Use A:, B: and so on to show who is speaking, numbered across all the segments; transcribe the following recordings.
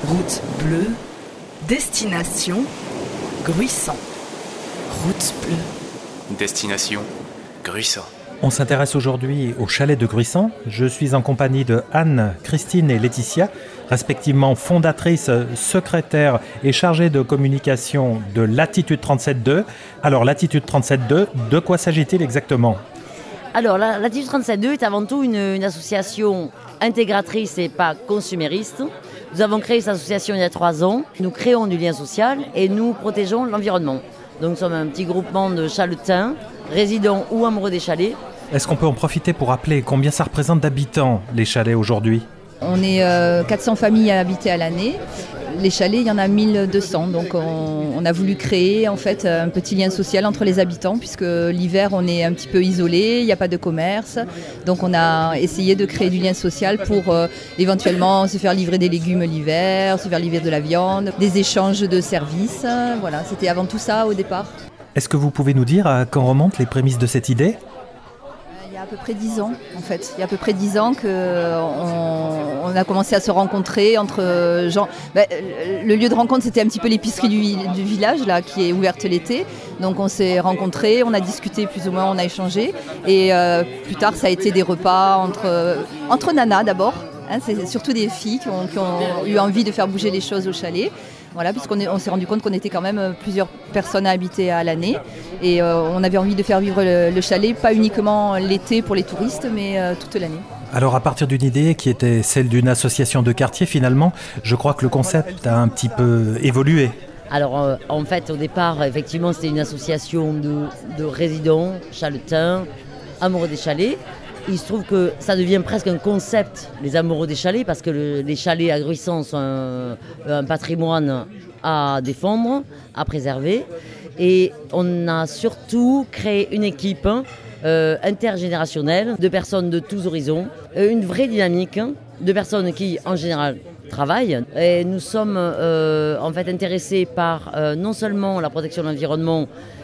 A: Route bleue, destination Gruissant. Route bleue.
B: Destination Gruissant.
C: On s'intéresse aujourd'hui au chalet de Gruissant. Je suis en compagnie de Anne, Christine et Laetitia, respectivement fondatrices, secrétaires et chargées de communication de Latitude 37.2. Alors, Latitude 37.2, de quoi s'agit-il exactement ?
D: Alors, la Latitude 37.2 est avant tout une association intégratrice et pas consumériste. Nous avons créé cette association il y a 3 ans. Nous créons du lien social et nous protégeons l'environnement. Donc, nous sommes un petit groupement de chaletins, résidents ou amoureux des chalets.
C: Est-ce qu'on peut en profiter pour rappeler combien ça représente d'habitants, les chalets, aujourd'hui ?
E: On est 400 familles à habiter à l'année. Les chalets, il y en a 1200. Donc on a voulu créer en fait un petit lien social entre les habitants, puisque l'hiver, on est un petit peu isolé, il n'y a pas de commerce. Donc on a essayé de créer du lien social pour éventuellement se faire livrer des légumes l'hiver, se faire livrer de la viande, des échanges de services. Voilà, c'était avant tout ça au départ.
C: Est-ce que vous pouvez nous dire à quand remontent les prémices de cette idée ?
E: Il y a à peu près 10 ans, en fait. Il y a à peu près 10 ans qu'on a commencé à se rencontrer entre gens. Le lieu de rencontre, c'était un petit peu l'épicerie du village, là, qui est ouverte l'été. Donc on s'est rencontrés, on a discuté plus ou moins, on a échangé. Et plus tard, ça a été des repas entre nanas d'abord. Hein, c'est surtout des filles qui ont eu envie de faire bouger les choses au chalet. Voilà, puisqu'on s'est rendu compte qu'on était quand même plusieurs personnes à habiter à l'année. Et on avait envie de faire vivre le chalet, pas uniquement l'été pour les touristes, mais toute l'année.
C: Alors à partir d'une idée qui était celle d'une association de quartier, finalement, je crois que le concept a un petit peu évolué.
D: Alors en fait, au départ, effectivement, c'était une association de résidents, chaletins, amoureux des chalets. Il se trouve que ça devient presque un concept, les amoureux des chalets, parce que les chalets à Gruissant sont un patrimoine à défendre, à préserver. Et on a surtout créé une équipe intergénérationnelle de personnes de tous horizons, une vraie dynamique de personnes qui, en général, travaillent. Et nous sommes en fait intéressés par non seulement la protection de l'environnement,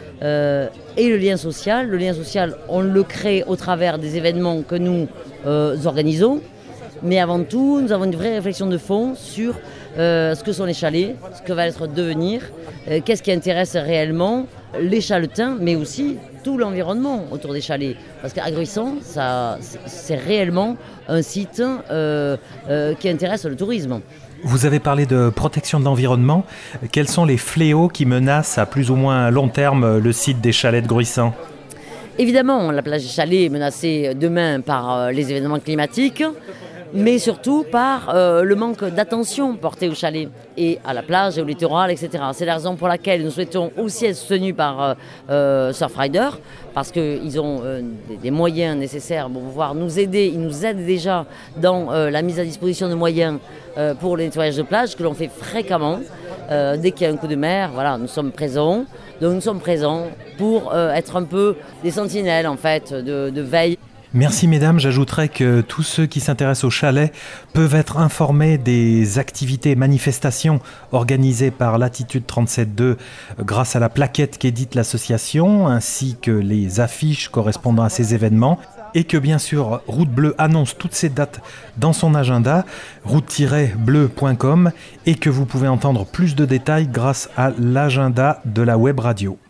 D: et le lien social. Le lien social, on le crée au travers des événements que nous organisons. Mais avant tout, nous avons une vraie réflexion de fond sur ce que sont les chalets, ce que va être devenir, qu'est-ce qui intéresse réellement les chaletins, mais aussi tout l'environnement autour des chalets. Parce qu'à Gruissant, c'est réellement un site qui intéresse le tourisme.
C: Vous avez parlé de protection de l'environnement. Quels sont les fléaux qui menacent à plus ou moins long terme le site des chalets de Gruissant ?
D: Évidemment, la plage des chalets est menacée demain par les événements climatiques, mais surtout par le manque d'attention portée aux chalets et à la plage et au littoral, etc. C'est la raison pour laquelle nous souhaitons aussi être soutenus par Surfrider, parce qu'ils ont des moyens nécessaires pour pouvoir nous aider. Ils nous aident déjà dans la mise à disposition de moyens pour le nettoyage de plage, que l'on fait fréquemment. Dès qu'il y a un coup de mer, voilà, nous sommes présents. Donc nous sommes présents pour être un peu des sentinelles en fait, de veille.
C: Merci mesdames, j'ajouterais que tous ceux qui s'intéressent au chalet peuvent être informés des activités et manifestations organisées par Latitude 37.2 grâce à la plaquette qu'édite l'association, ainsi que les affiches correspondant à ces événements, et que bien sûr Route Bleue annonce toutes ces dates dans son agenda, route-bleu.com, et que vous pouvez entendre plus de détails grâce à l'agenda de la web radio.